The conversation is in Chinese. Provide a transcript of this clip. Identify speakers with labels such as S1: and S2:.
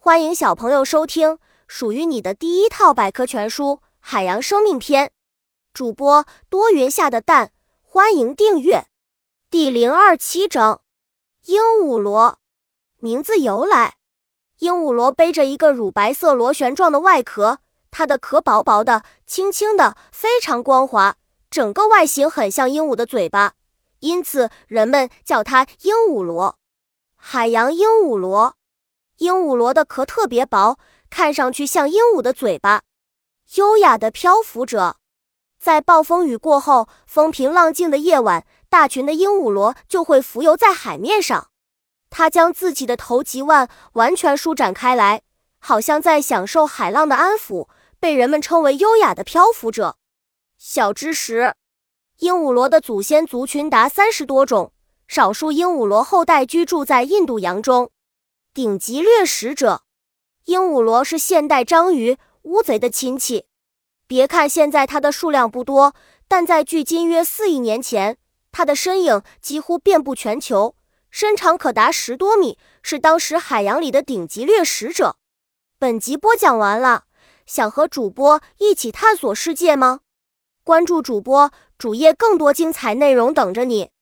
S1: 欢迎小朋友收听属于你的第一套百科全书《海洋生命篇》，主播多云下的蛋，欢迎订阅。第027章，鹦鹉螺。名字由来：鹦鹉螺背着一个乳白色螺旋状的外壳，它的壳薄薄的、轻轻的，非常光滑，整个外形很像鹦鹉的嘴巴，因此人们叫它鹦鹉螺。海洋鹦鹉螺。鹦鹉螺的壳特别薄，看上去像鹦鹉的嘴巴。优雅的漂浮者。在暴风雨过后，风平浪静的夜晚，大群的鹦鹉螺就会浮游在海面上。它将自己的头及腕完全舒展开来，好像在享受海浪的安抚，被人们称为优雅的漂浮者。小知识：鹦鹉螺的祖先族群达30多种，少数鹦鹉螺后代居住在印度洋中。顶级掠食者。鹦鹉螺是现代章鱼、乌贼的亲戚。别看现在它的数量不多，但在距今约4亿年前，它的身影几乎遍布全球，身长可达10多米，是当时海洋里的顶级掠食者。本集播讲完了，想和主播一起探索世界吗？关注主播主页，更多精彩内容等着你。